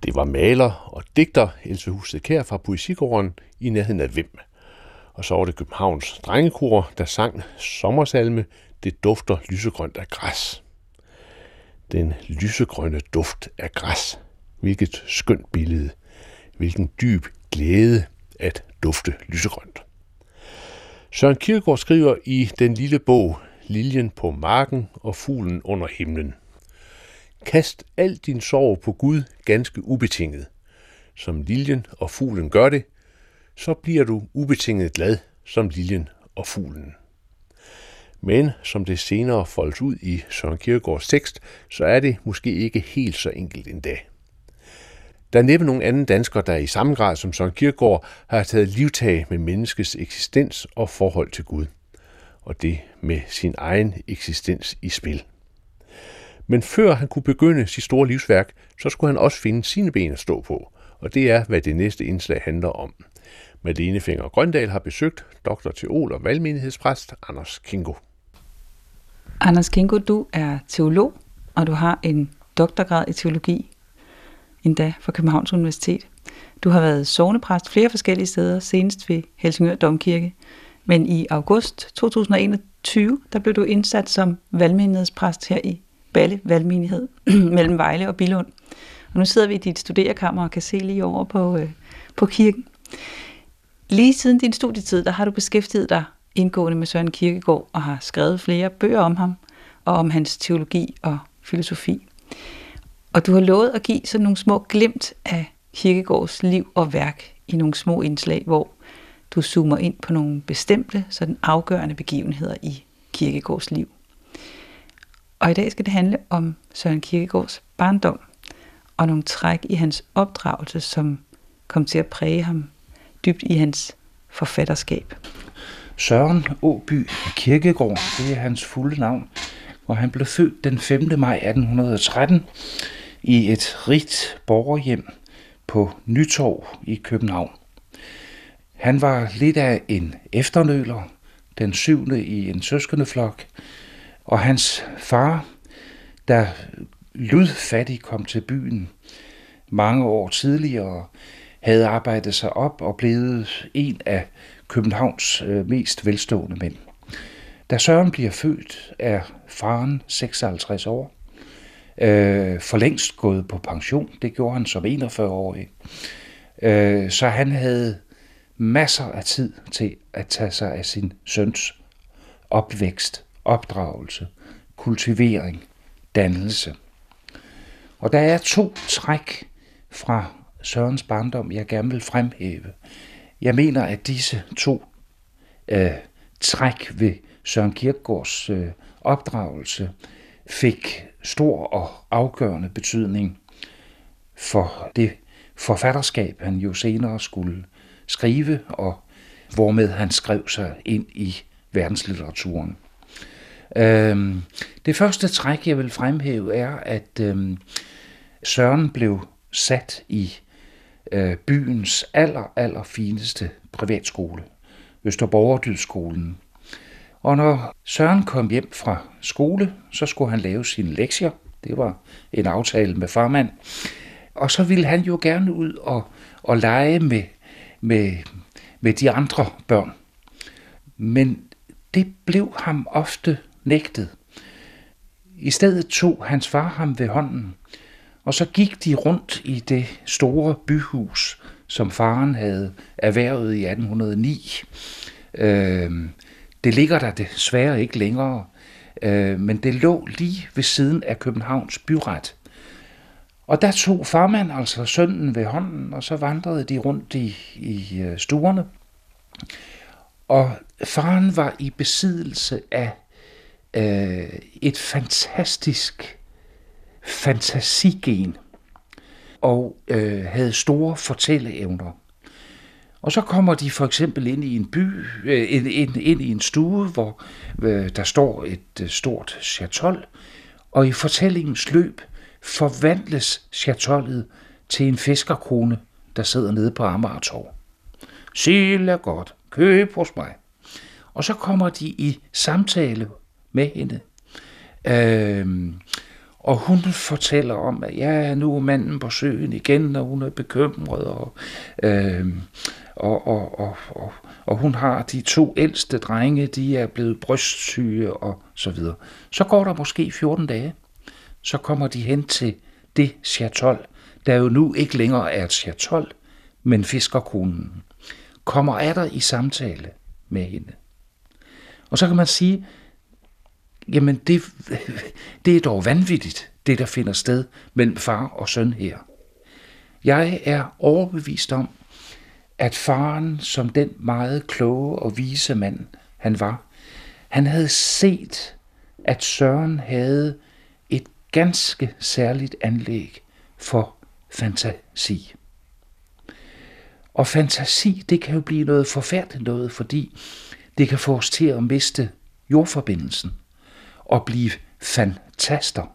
Det var maler og digter Else Husted Kjær fra Poesigården i nærheden af Vim. Og så var det Københavns drengekor, der sang sommersalme Det dufter lysegrønt af græs. Den lysegrønne duft af græs. Hvilket skønt billede. Hvilken dyb glæde at dufte lysegrønt. Søren Kierkegaard skriver i den lille bog Liljen på marken og fuglen under himlen. Kast al din sorg på Gud ganske ubetinget. Som liljen og fuglen gør det, så bliver du ubetinget glad som liljen og fuglen. Men som det senere foldes ud i Søren Kierkegaards tekst, så er det måske ikke helt så enkelt endda. Der er næppe nogen anden dansker, der i samme grad som Søren Kierkegaard har taget livtag med menneskets eksistens og forhold til Gud, og det med sin egen eksistens i spil. Men før han kunne begynde sit store livsværk, så skulle han også finde sine ben at stå på, og det er, hvad det næste indslag handler om. Malene Fenger Grøndal har besøgt doktor teol og valgmenighedspræst Anders Kingo. Anders Kingo, du er teolog, og du har en doktorgrad i teologi, endda fra Københavns Universitet. Du har været sognepræst flere forskellige steder, senest ved Helsingør Domkirke. Men i august to tusind og enogtyve, der blev du indsat som valgmenighedspræst her i Balle Valgmenighed mellem Vejle og Billund. Og nu sidder vi i dit studerekammer og kan se lige over på, øh, på kirken. Lige siden din studietid, der har du beskæftiget dig indgående med Søren Kierkegaard og har skrevet flere bøger om ham og om hans teologi og filosofi. Og du har lovet at give sådan nogle små glimt af Kierkegaards liv og værk i nogle små indslag, hvor du zoomer ind på nogle bestemte, sådan afgørende begivenheder i Kierkegaards liv. Og i dag skal det handle om Søren Kierkegaards barndom og nogle træk i hans opdragelse, som kom til at præge ham dybt i hans forfatterskab. Søren Åby Kierkegaard, det er hans fulde navn, og han blev født den femte maj atten tretten i et rigt borgerhjem på Nytorv i København. Han var lidt af en efternøler, den syvende i en søskendeflok, og hans far, der ludfattig kom til byen mange år tidligere, havde arbejdet sig op og blevet en af Københavns mest velstående mænd. Da Søren bliver født, er faren seksoghalvtreds år, øh, for længst gået på pension. Det gjorde han som enogfyrre-årig. Øh, så han havde masser af tid til at tage sig af sin søns opvækst, opdragelse, kultivering, dannelse. Og der er to træk fra Sørens barndom, jeg gerne vil fremhæve. Jeg mener, at disse to øh, træk ved Søren Kierkegaards øh, opdragelse fik stor og afgørende betydning for det forfatterskab, han jo senere skulle skrive, og hvormed han skrev sig ind i verdenslitteraturen. Øh, det første træk, jeg vil fremhæve, er, at øh, Søren blev sat i øh, byens aller, aller fineste privatskole, Østerborgerdydsskolen. Og når Søren kom hjem fra skole, så skulle han lave sine lektier. Det var en aftale med farmand. Og så ville han jo gerne ud og, og lege med, med, med de andre børn. Men det blev ham ofte nægtet. I stedet tog hans far ham ved hånden, og så gik de rundt i det store byhus, som faren havde erhvervet i atten hundrede og ni. Øh, det ligger der desværre ikke længere, øh, men det lå lige ved siden af Københavns byret. Og der tog farmand altså sønnen ved hånden, og så vandrede de rundt i, i stuerne. Og faren var i besiddelse af øh, et fantastisk fantasigen og øh, havde store fortælleevner. Og så kommer de for eksempel ind i en by, øh, ind, ind, ind i en stue, hvor øh, der står et øh, stort chatol, og i fortællingens løb forvandles chatollet til en fiskerkone, der sidder nede på Amagertorv. Sild er godt, køb hos mig. Og så kommer de i samtale med hende. Øh, Og hun fortæller om, at ja, nu er manden på søen igen, og hun er bekymret, og, øh, og, og, og, og, og hun har de to ældste drenge, de er blevet brystsyge, og så videre. Så går der måske fjorten dage, så kommer de hen til det chatol, der jo nu ikke længere er et chatol, men fiskerkonen, kommer af der i samtale med hende. Og så kan man sige, jamen det, det er dog vanvittigt, det der finder sted mellem far og søn her. Jeg er overbevist om, at faren, som den meget kloge og vise mand han var, han havde set, at Søren havde et ganske særligt anlæg for fantasi. Og fantasi, det kan jo blive noget forfærdeligt noget, fordi det kan få os til at miste jordforbindelsen og blive fantaster.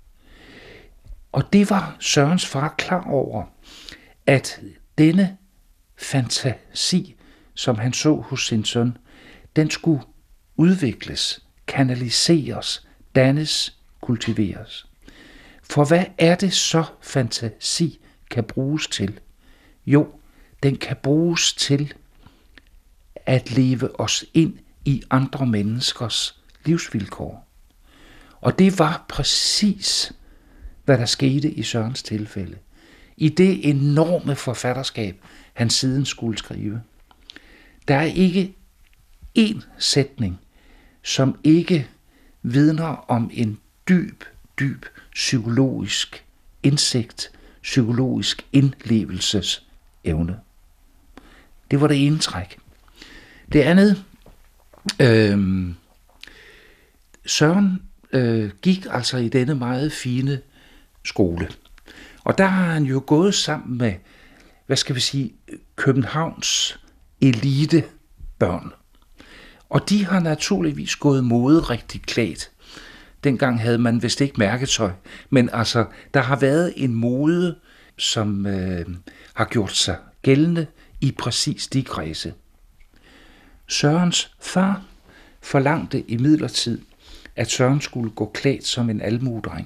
Og det var Sørens far klar over, at denne fantasi, som han så hos sin søn, den skulle udvikles, kanaliseres, dannes, kultiveres. For hvad er det så, fantasi kan bruges til? Jo, den kan bruges til at leve os ind i andre menneskers livsvilkår. Og det var præcis, hvad der skete i Sørens tilfælde. I det enorme forfatterskab, han siden skulle skrive. Der er ikke én sætning, som ikke vidner om en dyb, dyb psykologisk indsigt, psykologisk indlevelsesevne. Det var det ene træk. Det andet, øh, Søren øh, gik altså i denne meget fine skole. Og der har han jo gået sammen med, hvad skal vi sige, Københavns elitebørn. Og de har naturligvis gået moderigtigt klædt. Dengang havde man vist ikke mærketøj, men altså, der har været en mode, som øh, har gjort sig gældende i præcis de kredse. Sørens far forlangte imidlertid, at Søren skulle gå klædt som en almuedreng.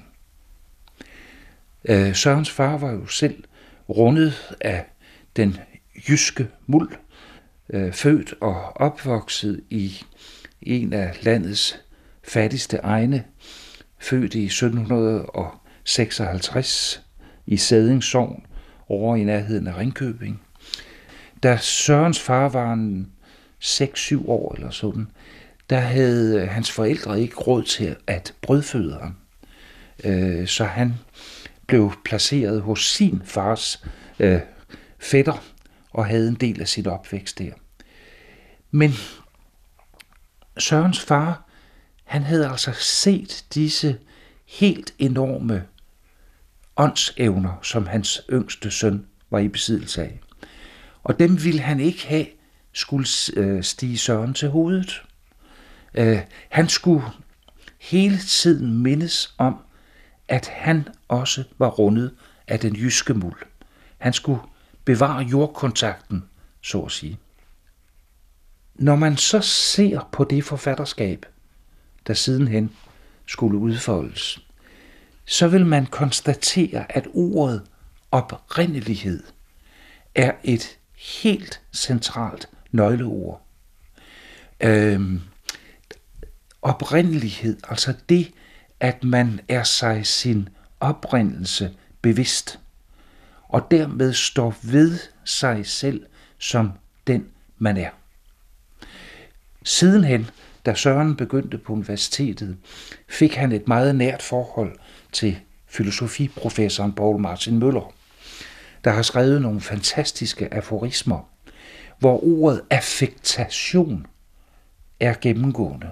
Øh, Sørens far var jo selv rundet af den jyske muld, øh, født og opvokset i en af landets fattigste egne, født i sytten seksoghalvtreds i Sædding Sogn over i nærheden af Ringkøbing. Da Sørens far var en seks syv år eller sådan, der havde hans forældre ikke råd til at brødføde ham. Øh, så han blev placeret hos sin fars øh, fætter og havde en del af sit opvækst der. Men Sørens far, han havde altså set disse helt enorme åndsevner, som hans yngste søn var i besiddelse af. Og dem ville han ikke have skulle stige Søren til hovedet. Øh, han skulle hele tiden mindes om, at han også var rundet af den jyske muld. Han skulle bevare jordkontakten, så at sige. Når man så ser på det forfatterskab, der sidenhen skulle udfoldes, så vil man konstatere, at ordet oprindelighed er et helt centralt nøgleord. Øhm, oprindelighed, altså det, at man er sig sin oprindelse bevidst, og dermed står ved sig selv som den, man er. Sidenhen, da Søren begyndte på universitetet, fik han et meget nært forhold til filosofiprofessoren Poul Martin Møller, der har skrevet nogle fantastiske aforismer, hvor ordet affektation er gennemgående.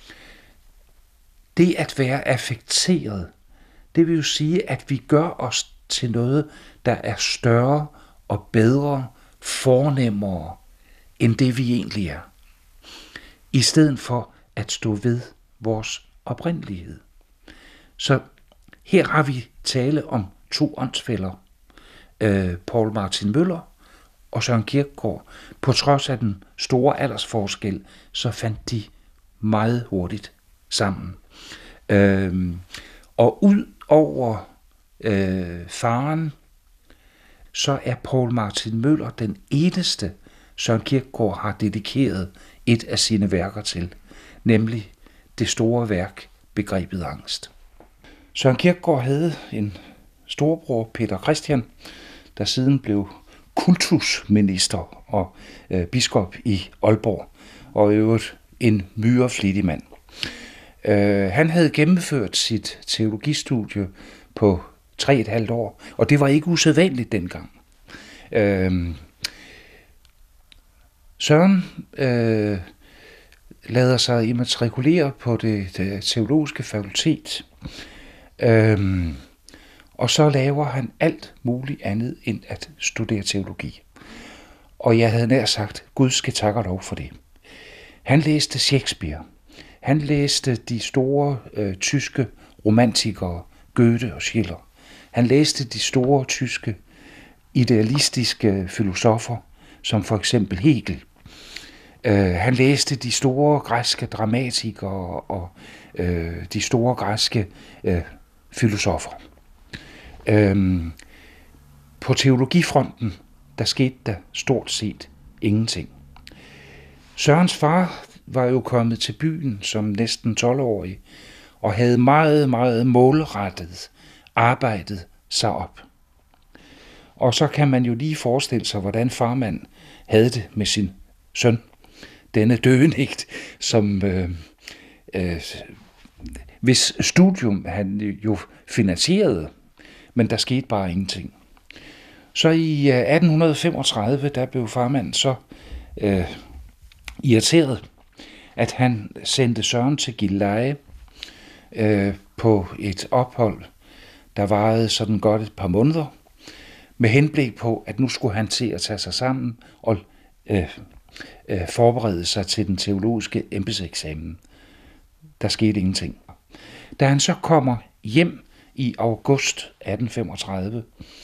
Det at være affekteret, det vil jo sige, at vi gør os til noget, der er større og bedre, fornemmere, end det vi egentlig er. I stedet for at stå ved vores oprindelighed. Så her har vi tale om to åndsfæller, øh, Poul Martin Møller og Søren Kierkegaard. På trods af den store aldersforskel, så fandt de meget hurtigt sammen. Øh, og ud over øh, faren, så er Poul Martin Møller den eneste, Søren Kierkegaard har dedikeret et af sine værker til, nemlig det store værk, Begrebet angst. Søren Kierkegaard havde en storbror, Peter Christian, der siden blev kultusminister og øh, biskop i Aalborg, og i øvrigt en myreflittig mand. Øh, han havde gennemført sit teologistudie på tre og et halvt år, og det var ikke usædvanligt dengang. Øh, Søren øh, lader sig immatrikulere på det, det teologiske fakultet, øh, og så laver han alt muligt andet end at studere teologi. Og jeg havde nær sagt, Gud skal takke og lov for det. Han læste Shakespeare. Han læste de store øh, tyske romantikere, Goethe og Schiller. Han læste de store tyske idealistiske filosofer, som for eksempel Hegel. Øh, han læste de store græske dramatikere og øh, de store græske øh, filosofer. Øh, på teologifronten, der skete der stort set ingenting. Sørens far var jo kommet til byen som næsten tolv-årig og havde meget, meget målrettet arbejdet sig op. Og så kan man jo lige forestille sig, hvordan farmand havde det med sin søn. Denne døgenigt, som øh, øh, hvis studium han jo finansierede, men der skete bare ingenting. Så i atten femogtredive, der blev farmand så øh, irriteret, at han sendte Søren til Gilleleje øh, på et ophold, der varede sådan godt et par måneder, med henblik på, at nu skulle han til at tage sig sammen og øh, øh, forberede sig til den teologiske embedseksamen. Der skete ingenting. Da han så kommer hjem i august atten femogtredive,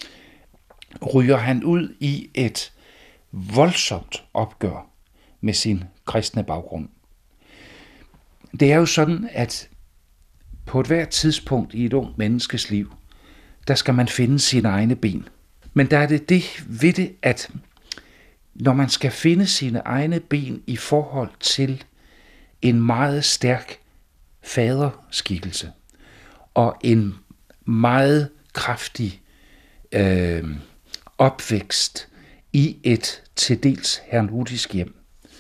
ryger han ud i et voldsomt opgør med sin kristne baggrund. Det er jo sådan, at på et hvert tidspunkt i et ung menneskes liv, der skal man finde sine egne ben. Men der er det det ved det, at når man skal finde sine egne ben i forhold til en meget stærk faderskikkelse og en meget kraftig øh, opvækst i et til dels herrnhutisk hjem,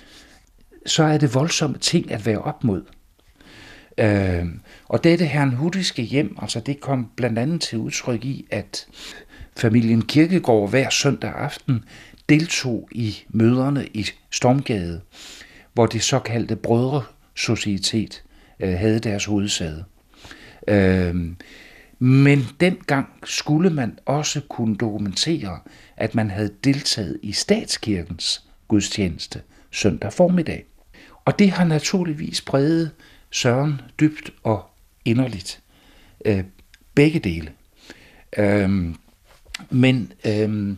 så er det voldsomme ting at være op mod. Øh, og dette herrnhutiske hjem, altså det kom blandt andet til udtryk i, at familien Kierkegaard hver søndag aften deltog i møderne i Stormgade, hvor det såkaldte brødresocietet øh, havde deres hovedsæde. Øh, men dengang skulle man også kunne dokumentere, at man havde deltaget i statskirkens gudstjeneste søndag formiddag. Og det har naturligvis præget Søren dybt og inderligt. Øh, begge dele. Øh, men øh,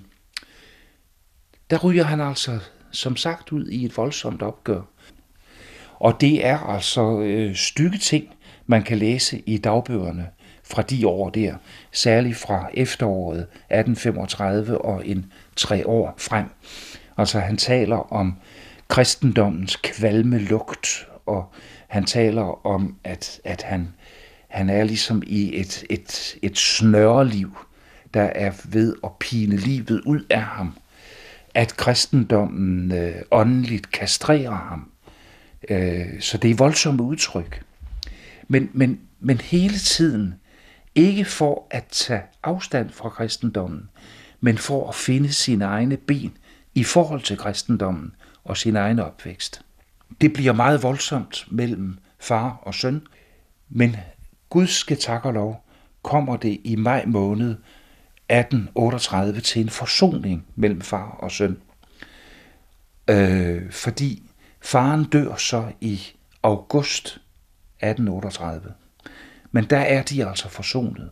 der ryger han altså som sagt ud i et voldsomt opgør. Og det er altså øh, stykke ting, man kan læse i dagbøgerne fra de år der, særligt fra efteråret atten femogtredive og en tre år frem. Altså han taler om kristendommens kvalme lugt, og han taler om, at, at han, han er ligesom i et, et, et snøreliv, der er ved at pine livet ud af ham. At kristendommen øh, åndeligt kastrerer ham. Øh, så det er voldsomme udtryk. Men, men, men hele tiden, ikke for at tage afstand fra kristendommen, men for at finde sine egne ben i forhold til kristendommen og sin egen opvækst. Det bliver meget voldsomt mellem far og søn, men Gud skal takke og lov, kommer det i maj måned atten otteogtredive til en forsoning mellem far og søn. Øh, fordi faren dør så i august atten otteogtredive. Men der er de altså forsonet.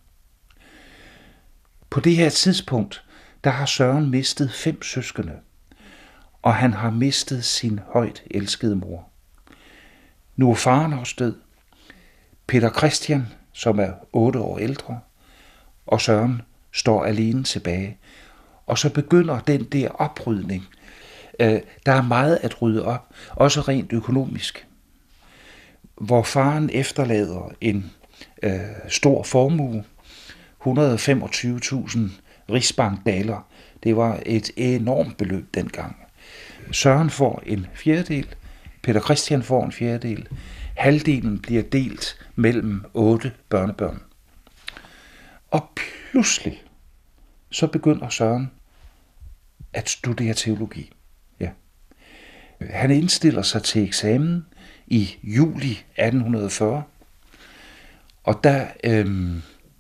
På det her tidspunkt, der har Søren mistet fem søskende, og han har mistet sin højt elskede mor. Nu er faren også død. Peter Christian som er otte år ældre, og Søren står alene tilbage. Og så begynder den der oprydning. Øh, der er meget at rydde op, også rent økonomisk. Hvor faren efterlader en øh, stor formue, et hundrede og femogtyve tusind rigsbankdaler. Det var et enormt beløb dengang. Søren får en fjerdedel, Peter Christian får en fjerdedel. Halvdelen bliver delt mellem otte børnebørn. Og pludselig så begynder Søren at studere teologi. Ja. Han indstiller sig til eksamen i juli atten fyrre, og der øhm,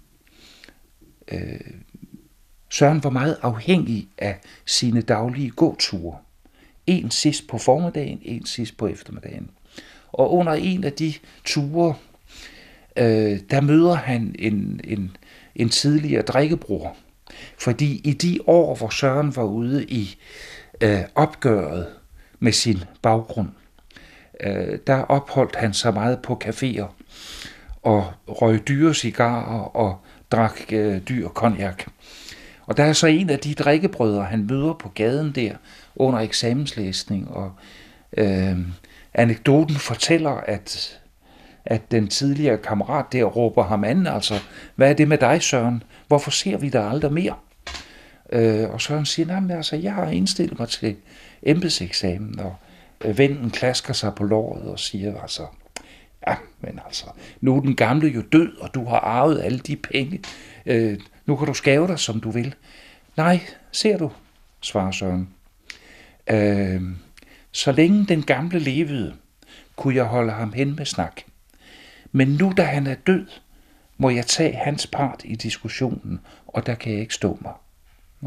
øh, Søren var meget afhængig af sine daglige gåture. En sidst på formiddagen, en sidst på eftermiddagen. Og under en af de ture, øh, der møder han en, en, en tidligere drikkebror. Fordi i de år, hvor Søren var ude i øh, opgøret med sin baggrund, øh, der opholdt han sig meget på caféer og røg dyre cigarer og drak øh, dyr cognac. Og der er så en af de drikkebrødre, han møder på gaden der under eksamenslæsning, og øh, anekdoten fortæller, at, at den tidligere kammerat der råber ham an, altså, hvad er det med dig, Søren? Hvorfor ser vi dig aldrig mere? Øh, og Søren siger, nej, men altså, jeg har indstillet mig til embedseksamen, og øh, vennen klasker sig på låret og siger, altså, ja, men altså, nu er den gamle jo død, og du har arvet alle de penge. Øh, nu kan du skæve dig, som du vil. Nej, ser du, svarer Søren. Øh, så længe den gamle levede, kunne jeg holde ham hen med snak. Men nu, da han er død, må jeg tage hans part i diskussionen, og der kan jeg ikke stå mig. Nej.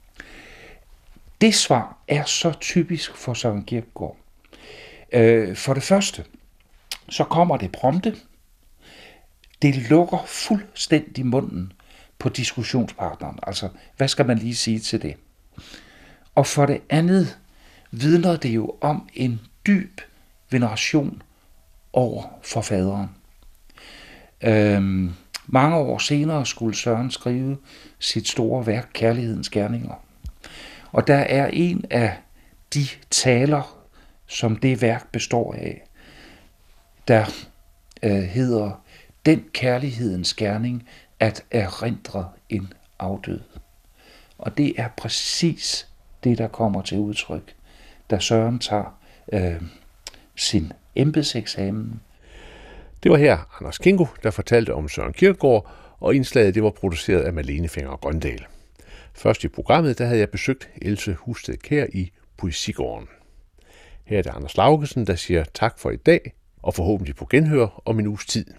Det svar er så typisk for Søren Kierkegaard. Øh, for det første, så kommer det prompte. Det lukker fuldstændig munden på diskussionspartneren. Altså, hvad skal man lige sige til det? Og for det andet vidner det jo om en dyb veneration over forfaderen. Øhm, mange år senere skulle Søren skrive sit store værk, Kærlighedens Gerninger. Og der er en af de taler, som det værk består af, der øh, hedder Den kærlighedens gerning at erindre en afdød. Og det er præcis det, der kommer til udtryk, da Søren tager øh, sin embedseksamen. Det var her Anders Kingo, der fortalte om Søren Kierkegaard, og indslaget det var produceret af Malene Fenger Grøndal. Først i programmet, der havde jeg besøgt Else Husted Kjær i Poesigården. Her er det Anders Laugesen, der siger tak for i dag, og forhåbentlig på genhør om en uges tid.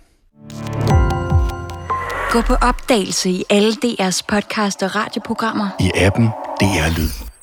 Gå på opdagelse i alle D R's podcast og radioprogrammer. I appen D R Lyd.